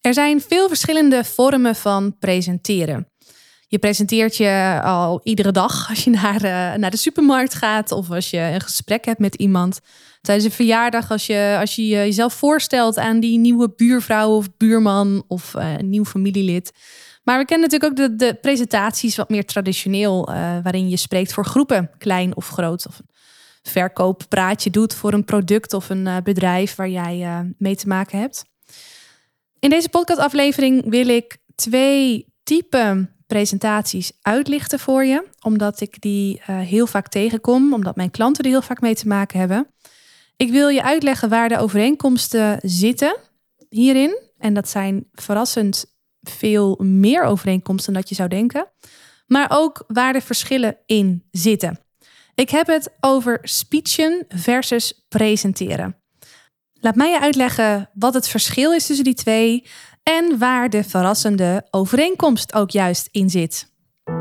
Er zijn veel verschillende vormen van presenteren. Je presenteert je al iedere dag als je naar de supermarkt gaat of als je een gesprek hebt met iemand. Tijdens een verjaardag als je jezelf voorstelt aan die nieuwe buurvrouw of buurman of een nieuw familielid. Maar we kennen natuurlijk ook de presentaties wat meer traditioneel, waarin je spreekt voor groepen, klein of groot. Of een verkooppraatje doet voor een product of een bedrijf waar jij mee te maken hebt. In deze podcastaflevering wil ik 2 typen presentaties uitlichten voor je. Omdat ik die heel vaak tegenkom. Omdat mijn klanten er heel vaak mee te maken hebben. Ik wil je uitleggen waar de overeenkomsten zitten hierin. En dat zijn verrassend veel meer overeenkomsten dan dat je zou denken. Maar ook waar de verschillen in zitten. Ik heb het over speechen versus presenteren. Laat mij je uitleggen wat het verschil is tussen die 2 en waar de verrassende overeenkomst ook juist in zit.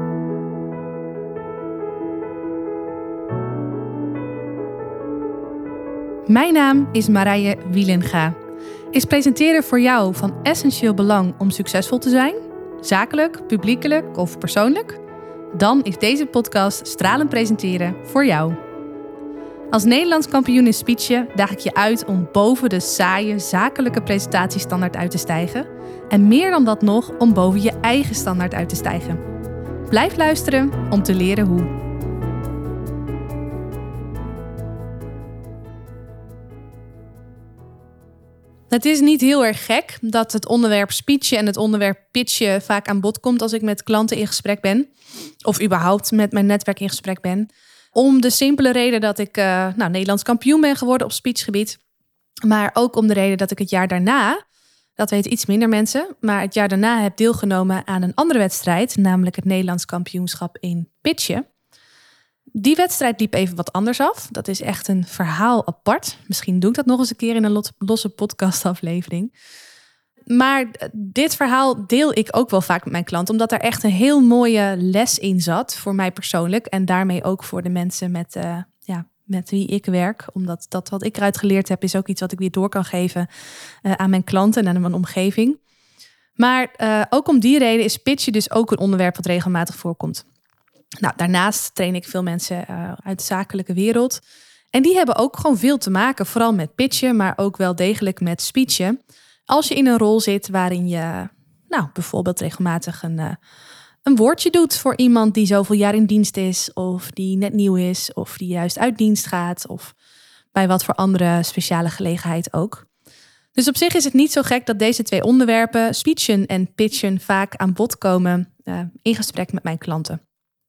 Mijn naam is Marije Wielenga. Is presenteren voor jou van essentieel belang om succesvol te zijn? Zakelijk, publiekelijk of persoonlijk? Dan is deze podcast Stralend Presenteren voor jou. Als Nederlands kampioen in speechen daag ik je uit om boven de saaie zakelijke presentatiestandaard uit te stijgen. En meer dan dat nog, om boven je eigen standaard uit te stijgen. Blijf luisteren om te leren hoe. Het is niet heel erg gek dat het onderwerp speechen en het onderwerp pitchen vaak aan bod komt als ik met klanten in gesprek ben. Of überhaupt met mijn netwerk in gesprek ben. Om de simpele reden dat ik Nederlands kampioen ben geworden op speechgebied. Maar ook om de reden dat ik het jaar daarna, dat weten iets minder mensen, maar het jaar daarna heb deelgenomen aan een andere wedstrijd. Namelijk het Nederlands kampioenschap in pitchen. Die wedstrijd liep even wat anders af. Dat is echt een verhaal apart. Misschien doe ik dat nog eens een keer in een losse podcastaflevering. Maar dit verhaal deel ik ook wel vaak met mijn klant. Omdat er echt een heel mooie les in zat. Voor mij persoonlijk. En daarmee ook voor de mensen met wie ik werk. Omdat dat wat ik eruit geleerd heb is ook iets wat ik weer door kan geven aan mijn klanten en aan mijn omgeving. Maar ook om die reden is pitchen dus ook een onderwerp wat regelmatig voorkomt. Nou, daarnaast train ik veel mensen uit de zakelijke wereld. En die hebben ook gewoon veel te maken. Vooral met pitchen, maar ook wel degelijk met speechen. Als je in een rol zit waarin je bijvoorbeeld regelmatig een woordje doet voor iemand die zoveel jaar in dienst is, of die net nieuw is, of die juist uit dienst gaat, of bij wat voor andere speciale gelegenheid ook. Dus op zich is het niet zo gek dat deze 2 onderwerpen, speechen en pitchen, vaak aan bod komen in gesprek met mijn klanten.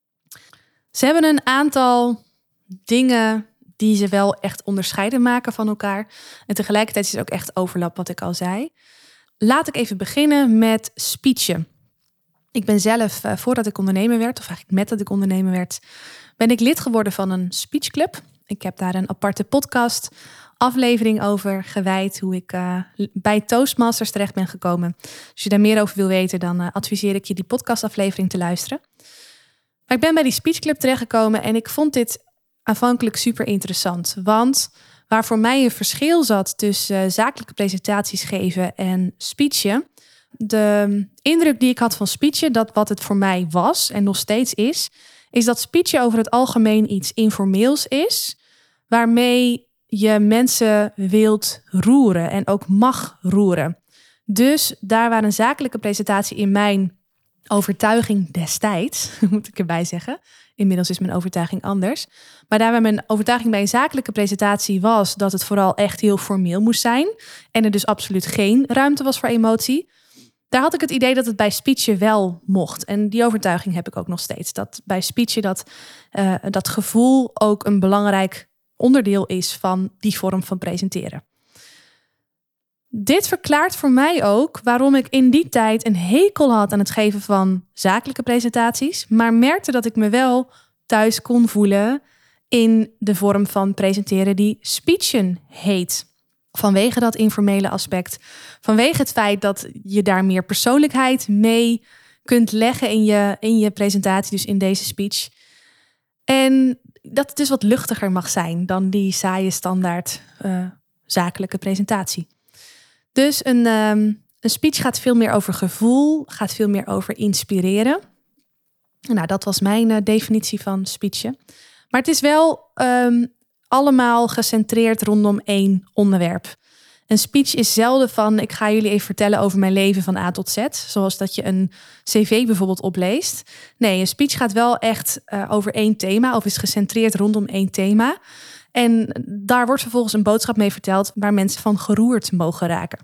Ze hebben een aantal dingen die ze wel echt onderscheiden maken van elkaar. En tegelijkertijd is er ook echt overlap, wat ik al zei. Laat ik even beginnen met speechen. Ik ben zelf, voordat ik ondernemer werd, of eigenlijk met dat ik ondernemer werd, ben ik lid geworden van een speechclub. Ik heb daar een aparte podcast aflevering over gewijd, hoe ik bij Toastmasters terecht ben gekomen. Als je daar meer over wil weten, dan adviseer ik je die podcastaflevering te luisteren. Maar ik ben bij die speechclub terechtgekomen en ik vond dit aanvankelijk super interessant. Want waar voor mij een verschil zat tussen zakelijke presentaties geven en speechen, de indruk die ik had van speechen, dat wat het voor mij was en nog steeds is dat speechen over het algemeen iets informeels is, waarmee je mensen wilt roeren en ook mag roeren. Dus daar waar een zakelijke presentatie in mijn overtuiging destijds, moet ik erbij zeggen. Inmiddels is mijn overtuiging anders. Maar daar waar mijn overtuiging bij een zakelijke presentatie was dat het vooral echt heel formeel moest zijn en er dus absoluut geen ruimte was voor emotie, daar had ik het idee dat het bij speechen wel mocht. En die overtuiging heb ik ook nog steeds. Dat bij speechen dat gevoel ook een belangrijk onderdeel is van die vorm van presenteren. Dit verklaart voor mij ook waarom ik in die tijd een hekel had aan het geven van zakelijke presentaties, maar merkte dat ik me wel thuis kon voelen in de vorm van presenteren die speechen heet. Vanwege dat informele aspect, vanwege het feit dat je daar meer persoonlijkheid mee kunt leggen in je presentatie, dus in deze speech. En dat het dus wat luchtiger mag zijn dan die saaie standaard zakelijke presentatie. Dus een Een speech gaat veel meer over gevoel, gaat veel meer over inspireren. Nou, dat was mijn definitie van speechen. Maar het is wel allemaal gecentreerd rondom één onderwerp. Een speech is zelden van, ik ga jullie even vertellen over mijn leven van A tot Z. Zoals dat je een cv bijvoorbeeld opleest. Nee, een speech gaat wel echt over één thema of is gecentreerd rondom één thema. En daar wordt vervolgens een boodschap mee verteld waar mensen van geroerd mogen raken.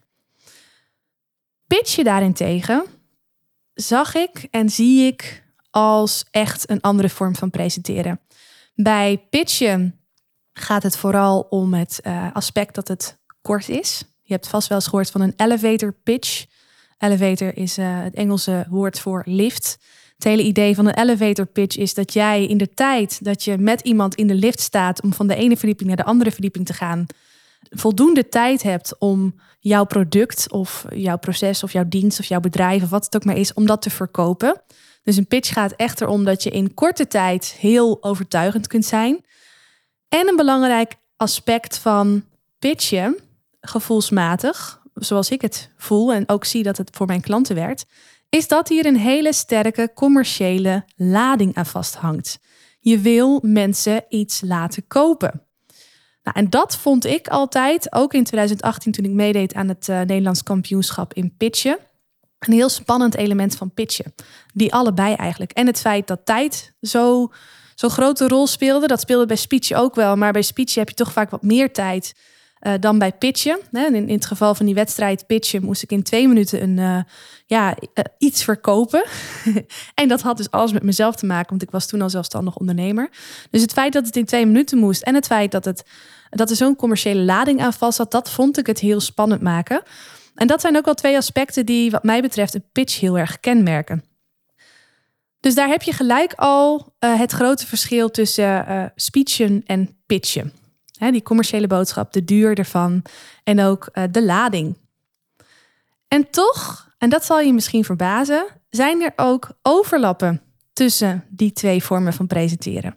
Pitchen daarentegen zag ik en zie ik als echt een andere vorm van presenteren. Bij pitchen gaat het vooral om het aspect dat het kort is. Je hebt vast wel eens gehoord van een elevator pitch. Elevator is het Engelse woord voor lift. Het hele idee van een elevator pitch is dat jij in de tijd dat je met iemand in de lift staat om van de ene verdieping naar de andere verdieping te gaan, voldoende tijd hebt om jouw product of jouw proces of jouw dienst of jouw bedrijf of wat het ook maar is, om dat te verkopen. Dus een pitch gaat echt erom dat je in korte tijd heel overtuigend kunt zijn. En een belangrijk aspect van pitchen, gevoelsmatig, zoals ik het voel en ook zie dat het voor mijn klanten werkt, is dat hier een hele sterke commerciële lading aan vasthangt. Je wil mensen iets laten kopen. Nou, en dat vond ik altijd, ook in 2018 toen ik meedeed aan het Nederlands kampioenschap in pitchen, een heel spannend element van pitchen. Die allebei eigenlijk. En het feit dat tijd zo'n grote rol speelde, dat speelde bij speechen ook wel. Maar bij speechen heb je toch vaak wat meer tijd dan bij pitchen. In het geval van die wedstrijd pitchen moest ik in 2 minuten iets verkopen. En dat had dus alles met mezelf te maken, want ik was toen al zelfstandig ondernemer. Dus het feit dat het in 2 minuten moest en het feit dat er zo'n commerciële lading aan vast zat, dat vond ik het heel spannend maken. En dat zijn ook wel 2 aspecten die wat mij betreft een pitch heel erg kenmerken. Dus daar heb je gelijk al het grote verschil tussen speechen en pitchen. Die commerciële boodschap, de duur ervan en ook de lading. En toch, en dat zal je misschien verbazen, zijn er ook overlappen tussen die 2 vormen van presenteren.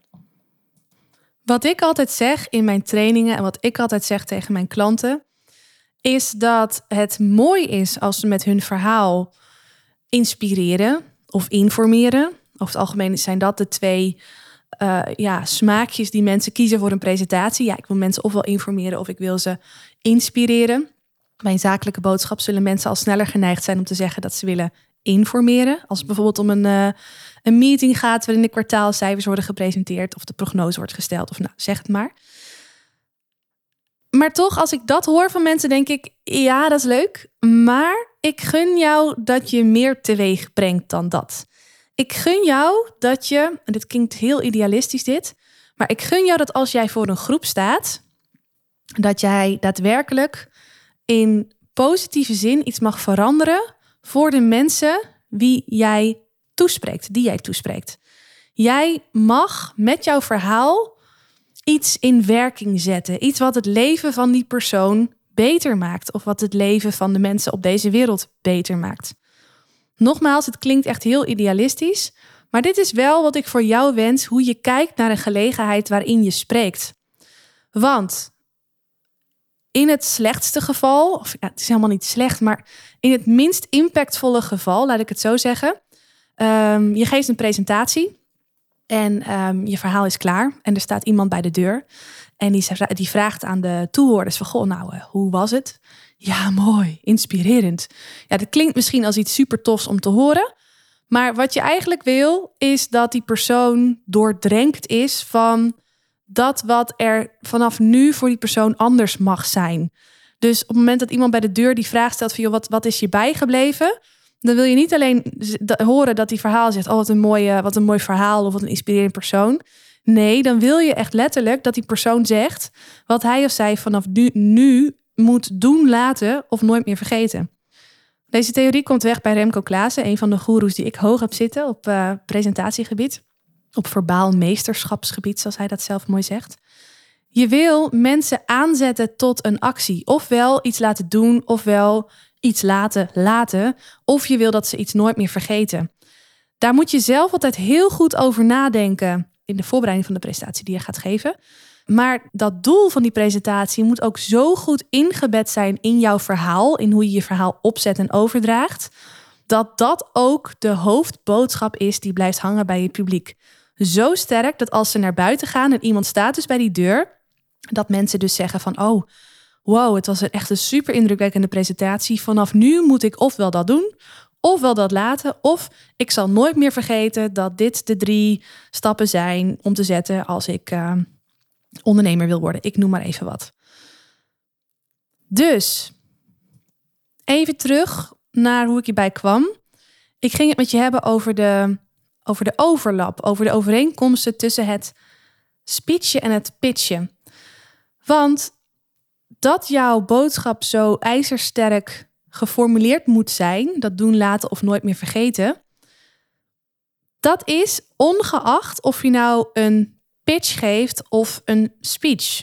Wat ik altijd zeg in mijn trainingen en wat ik altijd zeg tegen mijn klanten, is dat het mooi is als ze met hun verhaal inspireren of informeren. Over het algemeen zijn dat de 2 smaakjes die mensen kiezen voor een presentatie. Ja, ik wil mensen ofwel informeren of ik wil ze inspireren. Bij een zakelijke boodschap zullen mensen al sneller geneigd zijn om te zeggen dat ze willen informeren. Als het bijvoorbeeld om een meeting gaat waarin de kwartaalcijfers worden gepresenteerd of de prognose wordt gesteld of zeg het maar. Maar toch, als ik dat hoor van mensen, denk ik, ja, dat is leuk. Maar ik gun jou dat je meer teweeg brengt dan dat. Ik gun jou dat je, en dit klinkt heel idealistisch dit, maar ik gun jou dat als jij voor een groep staat, dat jij daadwerkelijk in positieve zin iets mag veranderen voor de mensen die jij toespreekt. Jij mag met jouw verhaal iets in werking zetten. Iets wat het leven van die persoon beter maakt. Of wat het leven van de mensen op deze wereld beter maakt. Nogmaals, het klinkt echt heel idealistisch. Maar dit is wel wat ik voor jou wens. Hoe je kijkt naar een gelegenheid waarin je spreekt. Want in het slechtste geval, of het is helemaal niet slecht, maar in het minst impactvolle geval, laat ik het zo zeggen. Je geeft een presentatie. En je verhaal is klaar en er staat iemand bij de deur. En die vraagt aan de toehoorders van, goh, hoe was het? Ja, mooi, inspirerend. Ja, dat klinkt misschien als iets super tofs om te horen. Maar wat je eigenlijk wil, is dat die persoon doordrenkt is van dat wat er vanaf nu voor die persoon anders mag zijn. Dus op het moment dat iemand bij de deur die vraag stelt van, joh, wat is je bijgebleven? Dan wil je niet alleen horen dat die verhaal zegt, oh, wat een mooi verhaal of wat een inspirerend persoon. Nee, dan wil je echt letterlijk dat die persoon zegt wat hij of zij vanaf nu moet doen, laten of nooit meer vergeten. Deze theorie komt weg bij Remco Klaassen, een van de goeroes die ik hoog heb zitten op presentatiegebied. Op verbaal meesterschapsgebied, zoals hij dat zelf mooi zegt. Je wil mensen aanzetten tot een actie. Ofwel iets laten doen, ofwel iets laten. Of je wil dat ze iets nooit meer vergeten. Daar moet je zelf altijd heel goed over nadenken in de voorbereiding van de presentatie die je gaat geven. Maar dat doel van die presentatie moet ook zo goed ingebed zijn in jouw verhaal, in hoe je je verhaal opzet en overdraagt, dat dat ook de hoofdboodschap is die blijft hangen bij je publiek. Zo sterk dat als ze naar buiten gaan en iemand staat dus bij die deur, dat mensen dus zeggen van, oh, wow, het was echt een super indrukwekkende presentatie. Vanaf nu moet ik ofwel dat doen, ofwel dat laten, of ik zal nooit meer vergeten dat dit de 3 stappen zijn om te zetten als ik ondernemer wil worden. Ik noem maar even wat. Dus, even terug naar hoe ik hierbij kwam. Ik ging het met je hebben over de overlap, over de overeenkomsten tussen het speechen en het pitchen. Want dat jouw boodschap zo ijzersterk geformuleerd moet zijn, dat doen, laten of nooit meer vergeten, dat is ongeacht of je nou een pitch geeft of een speech.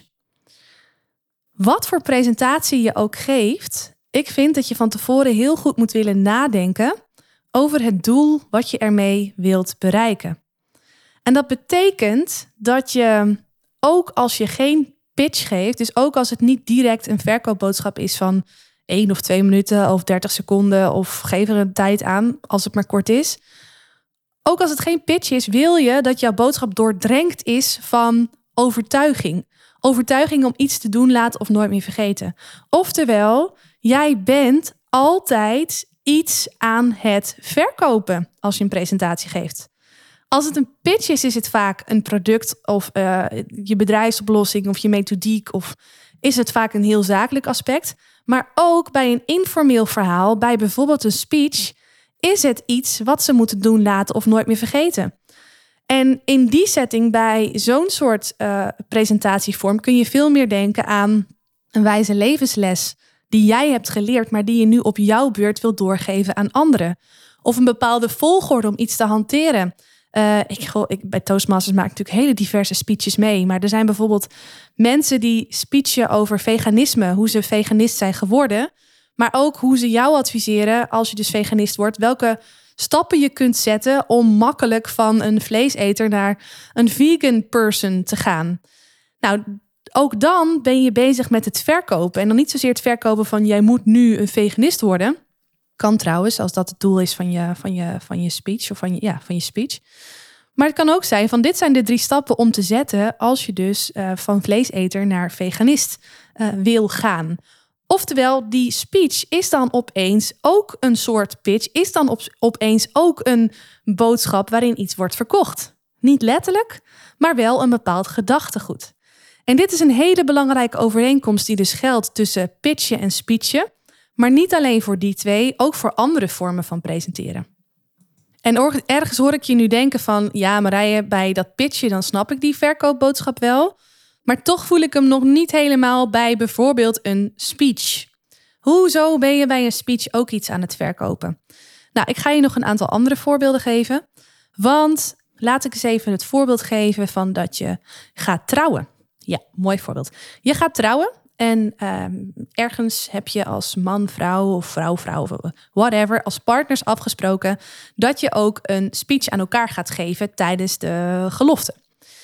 Wat voor presentatie je ook geeft, ik vind dat je van tevoren heel goed moet willen nadenken over het doel wat je ermee wilt bereiken. En dat betekent dat je, ook als je geen pitch geeft, dus ook als het niet direct een verkoopboodschap is van 1 of 2 minuten of 30 seconden of geef er een tijd aan als het maar kort is. Ook als het geen pitch is, wil je dat jouw boodschap doordrenkt is van overtuiging. Overtuiging om iets te doen, laten of nooit meer vergeten. Oftewel, jij bent altijd iets aan het verkopen als je een presentatie geeft. Als het een pitch is, is het vaak een product of je bedrijfsoplossing of je methodiek, of is het vaak een heel zakelijk aspect. Maar ook bij een informeel verhaal, bij bijvoorbeeld een speech, is het iets wat ze moeten doen, laten of nooit meer vergeten. En in die setting, bij zo'n soort presentatievorm, kun je veel meer denken aan een wijze levensles die jij hebt geleerd, maar die je nu op jouw beurt wilt doorgeven aan anderen. Of een bepaalde volgorde om iets te hanteren. Bij Toastmasters maak ik natuurlijk hele diverse speeches mee. Maar er zijn bijvoorbeeld mensen die speechen over veganisme, hoe ze veganist zijn geworden. Maar ook hoe ze jou adviseren als je dus veganist wordt, welke stappen je kunt zetten om makkelijk van een vleeseter naar een vegan person te gaan. Nou, ook dan ben je bezig met het verkopen. En dan niet zozeer het verkopen van jij moet nu een veganist worden. Kan trouwens, als dat het doel is van je speech of van je speech. Maar het kan ook zijn van dit zijn de 3 stappen om te zetten als je dus van vleeseter naar veganist wil gaan. Oftewel, die speech is dan opeens ook een soort pitch, is dan opeens ook een boodschap waarin iets wordt verkocht. Niet letterlijk, maar wel een bepaald gedachtegoed. En dit is een hele belangrijke overeenkomst die dus geldt tussen pitchen en speechen. Maar niet alleen voor die 2, ook voor andere vormen van presenteren. En ergens hoor ik je nu denken van, ja Marije, bij dat pitchen dan snap ik die verkoopboodschap wel. Maar toch voel ik hem nog niet helemaal bij bijvoorbeeld een speech. Hoezo ben je bij een speech ook iets aan het verkopen? Nou, ik ga je nog een aantal andere voorbeelden geven. Want laat ik eens even het voorbeeld geven van dat je gaat trouwen. Ja, mooi voorbeeld. Je gaat trouwen en ergens heb je als man, vrouw of vrouw, whatever, als partners afgesproken dat je ook een speech aan elkaar gaat geven tijdens de gelofte.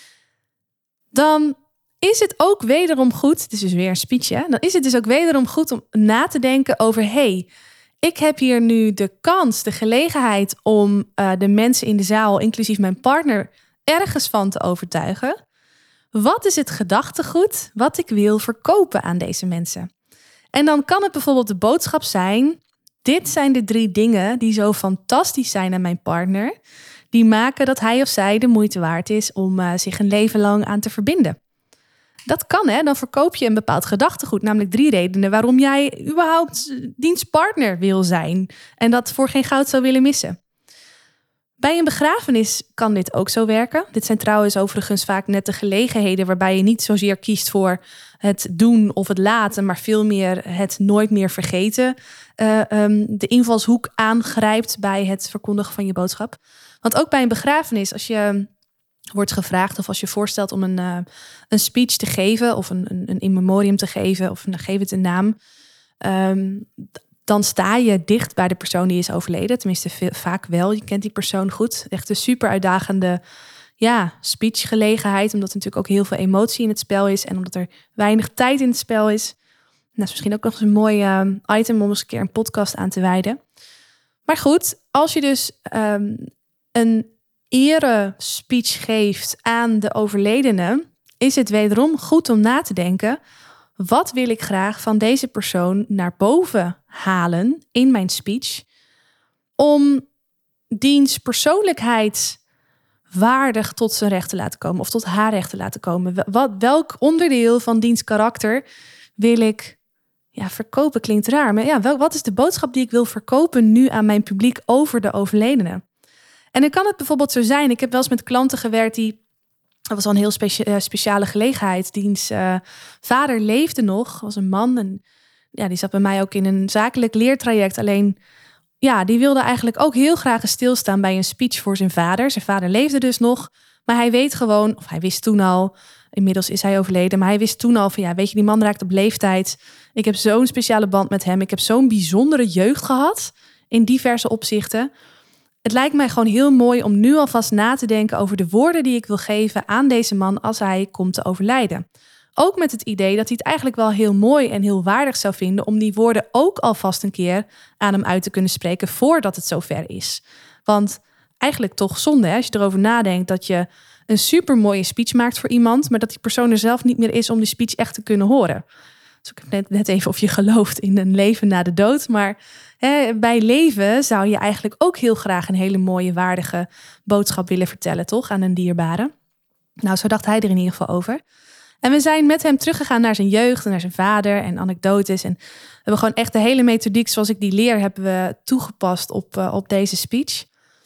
Dan is het ook wederom goed, het is dus weer een speech, hè? Dan is het dus ook wederom goed om na te denken over, ik heb hier nu de kans, de gelegenheid om de mensen in de zaal, inclusief mijn partner, ergens van te overtuigen. Wat is het gedachtegoed wat ik wil verkopen aan deze mensen? En dan kan het bijvoorbeeld de boodschap zijn, dit zijn de 3 dingen die zo fantastisch zijn aan mijn partner, die maken dat hij of zij de moeite waard is om zich een leven lang aan te verbinden. Dat kan, hè? Dan verkoop je een bepaald gedachtegoed. Namelijk 3 redenen waarom jij überhaupt dienstpartner wil zijn. En dat voor geen goud zou willen missen. Bij een begrafenis kan dit ook zo werken. Dit zijn trouwens overigens vaak net de gelegenheden waarbij je niet zozeer kiest voor het doen of het laten, maar veel meer het nooit meer vergeten. De invalshoek aangrijpt bij het verkondigen van je boodschap. Want ook bij een begrafenis, als je wordt gevraagd of als je voorstelt om een speech te geven of een in memoriam te geven of geef het een naam, dan sta je dicht bij de persoon die is overleden. Tenminste, vaak wel. Je kent die persoon goed. Echt een super uitdagende speechgelegenheid. Omdat er natuurlijk ook heel veel emotie in het spel is. En omdat er weinig tijd in het spel is. Dat is misschien ook nog eens een mooi item om eens een keer een podcast aan te wijden. Maar goed, als je dus een ere-speech geeft aan de overledene, is het wederom goed om na te denken: wat wil ik graag van deze persoon naar boven halen in mijn speech, om diens persoonlijkheid waardig tot zijn recht te laten komen of tot haar recht te laten komen? Welk onderdeel van diens karakter wil ik verkopen? Klinkt raar, maar wat is de boodschap die ik wil verkopen nu aan mijn publiek over de overledene? En dan kan het bijvoorbeeld zo zijn, ik heb wel eens met klanten gewerkt dat was al een heel speciale gelegenheid. Diens vader leefde nog, was een man. En die zat bij mij ook in een zakelijk leertraject. Alleen, die wilde eigenlijk ook heel graag stilstaan bij een speech voor zijn vader. Zijn vader leefde dus nog, maar hij weet gewoon, of hij wist toen al, inmiddels is hij overleden, maar hij wist toen al van, weet je, die man raakt op leeftijd. Ik heb zo'n speciale band met hem. Ik heb zo'n bijzondere jeugd gehad in diverse opzichten. Het lijkt mij gewoon heel mooi om nu alvast na te denken over de woorden die ik wil geven aan deze man als hij komt te overlijden. Ook met het idee dat hij het eigenlijk wel heel mooi en heel waardig zou vinden om die woorden ook alvast een keer aan hem uit te kunnen spreken voordat het zover is. Want eigenlijk toch zonde, hè, als je erover nadenkt dat je een super mooie speech maakt voor iemand, maar dat die persoon er zelf niet meer is om die speech echt te kunnen horen. Dus ik heb net even of je gelooft in een leven na de dood. Maar bij leven zou je eigenlijk ook heel graag een hele mooie, waardige boodschap willen vertellen, toch? Aan een dierbare. Nou, zo dacht hij er in ieder geval over. En we zijn met hem teruggegaan naar zijn jeugd en naar zijn vader en anekdotes. En we hebben gewoon echt de hele methodiek zoals ik die leer, hebben we toegepast op deze speech.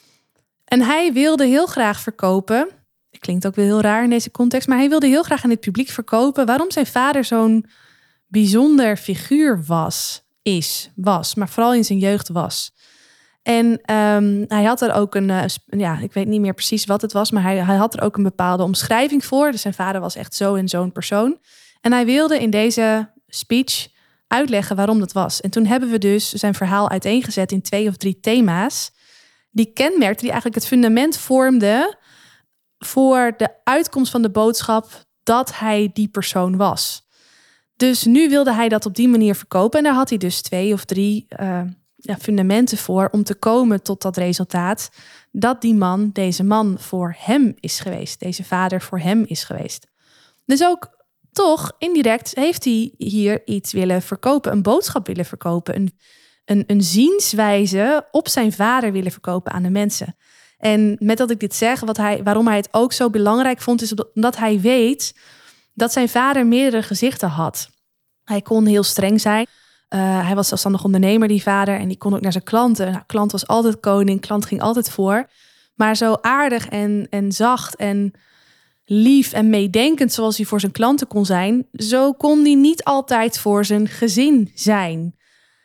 En hij wilde heel graag verkopen. Het klinkt ook wel heel raar in deze context, maar hij wilde heel graag aan het publiek verkopen waarom zijn vader zo'n bijzonder figuur was, maar vooral in zijn jeugd was. En hij had er ook ik weet niet meer precies wat het was, maar hij had er ook een bepaalde omschrijving voor. Dus zijn vader was echt zo en zo'n persoon. En hij wilde in deze speech uitleggen waarom dat was. En toen hebben we dus zijn verhaal uiteengezet in 2 of 3 thema's die kenmerkten, die eigenlijk het fundament vormden voor de uitkomst van de boodschap dat hij die persoon was. Dus nu wilde hij dat op die manier verkopen. En daar had hij dus 2 of 3 fundamenten voor om te komen tot dat resultaat dat deze man voor hem is geweest. Deze vader voor hem is geweest. Dus ook toch indirect heeft hij hier iets willen verkopen. Een boodschap willen verkopen. Een zienswijze op zijn vader willen verkopen aan de mensen. En met dat ik dit zeg, waarom hij het ook zo belangrijk vond, is omdat hij weet dat zijn vader meerdere gezichten had. Hij kon heel streng zijn. Hij was zelfstandig ondernemer, die vader. En die kon ook naar zijn klanten. Nou, klant was altijd koning. Klant ging altijd voor. Maar zo aardig en zacht en lief en meedenkend zoals hij voor zijn klanten kon zijn, zo kon hij niet altijd voor zijn gezin zijn.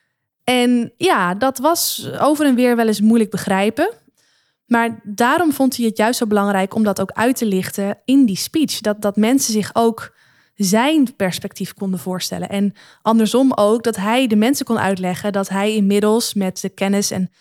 En dat was over en weer wel eens moeilijk begrijpen. Maar daarom vond hij het juist zo belangrijk om dat ook uit te lichten in die speech. Dat mensen zich ook zijn perspectief konden voorstellen. En andersom ook dat hij de mensen kon uitleggen dat hij inmiddels met de kennis en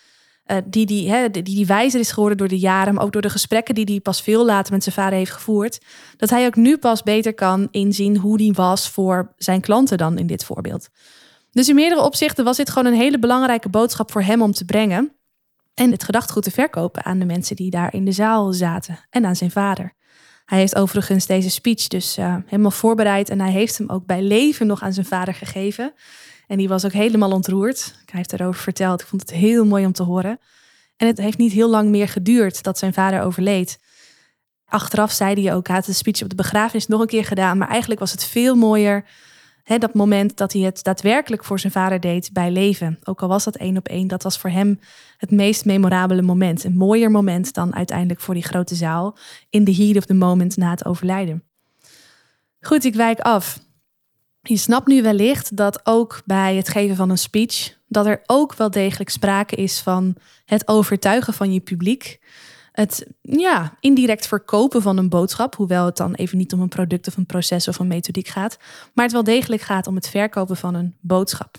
die wijzer is geworden door de jaren, maar ook door de gesprekken die hij pas veel later met zijn vader heeft gevoerd, dat hij ook nu pas beter kan inzien hoe die was voor zijn klanten dan in dit voorbeeld. Dus in meerdere opzichten was dit gewoon een hele belangrijke boodschap voor hem om te brengen en het gedachtegoed te verkopen aan de mensen die daar in de zaal zaten en aan zijn vader. Hij heeft overigens deze speech dus helemaal voorbereid en hij heeft hem ook bij leven nog aan zijn vader gegeven. En die was ook helemaal ontroerd. Hij heeft erover verteld. Ik vond het heel mooi om te horen. En het heeft niet heel lang meer geduurd dat zijn vader overleed. Achteraf zei hij ook, hij had de speech op de begrafenis nog een keer gedaan. Maar eigenlijk was het veel mooier, dat moment dat hij het daadwerkelijk voor zijn vader deed bij leven. Ook al was dat 1 op 1, dat was voor hem het meest memorabele moment. Een mooier moment dan uiteindelijk voor die grote zaal in the heat of the moment na het overlijden. Goed, ik wijk af. Je snapt nu wellicht dat ook bij het geven van een speech, dat er ook wel degelijk sprake is van het overtuigen van je publiek. Het indirect verkopen van een boodschap, hoewel het dan even niet om een product of een proces of een methodiek gaat, maar het wel degelijk gaat om het verkopen van een boodschap.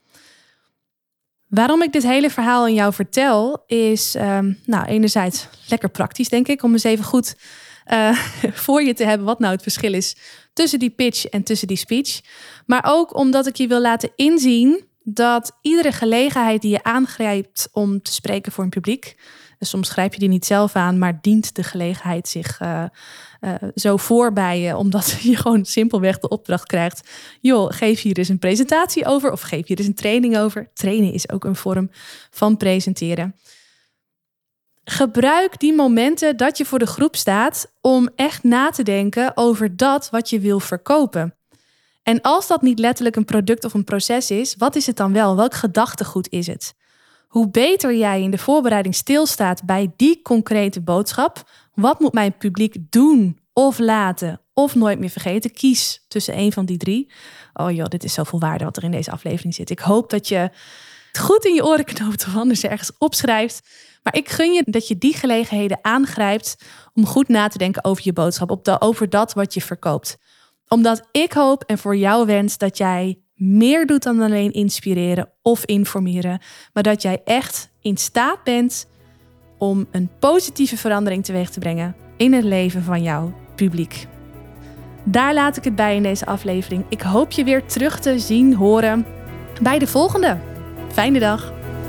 Waarom ik dit hele verhaal aan jou vertel is enerzijds lekker praktisch, denk ik, om eens even goed voor je te hebben wat nou het verschil is tussen die pitch en tussen die speech. Maar ook omdat ik je wil laten inzien dat iedere gelegenheid die je aangrijpt om te spreken voor een publiek, en soms grijp je die niet zelf aan, maar dient de gelegenheid zich zo voor bij je, omdat je gewoon simpelweg de opdracht krijgt, joh, geef hier eens een presentatie over of geef hier eens een training over. Trainen is ook een vorm van presenteren. Gebruik die momenten dat je voor de groep staat om echt na te denken over dat wat je wil verkopen. En als dat niet letterlijk een product of een proces is, wat is het dan wel? Welk gedachtegoed is het? Hoe beter jij in de voorbereiding stilstaat bij die concrete boodschap, wat moet mijn publiek doen of laten of nooit meer vergeten? Kies tussen een van die 3. Oh joh, dit is zoveel waarde wat er in deze aflevering zit. Ik hoop dat je het goed in je oren knoopt of anders ergens opschrijft. Maar ik gun je dat je die gelegenheden aangrijpt om goed na te denken over je boodschap, over dat wat je verkoopt. Omdat ik hoop en voor jou wens dat jij meer doet dan alleen inspireren of informeren, maar dat jij echt in staat bent om een positieve verandering teweeg te brengen in het leven van jouw publiek. Daar laat ik het bij in deze aflevering. Ik hoop je weer terug te zien, horen bij de volgende. Fijne dag.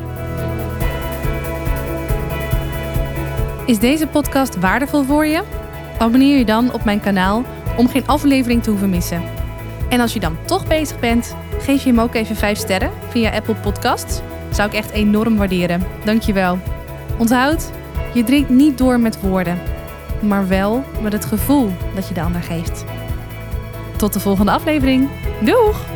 Is deze podcast waardevol voor je? Abonneer je dan op mijn kanaal om geen aflevering te hoeven missen. En als je dan toch bezig bent, geef je hem ook even 5 sterren via Apple Podcasts. Zou ik echt enorm waarderen. Dankjewel. Onthoud, je drinkt niet door met woorden, maar wel met het gevoel dat je de ander geeft. Tot de volgende aflevering. Doeg!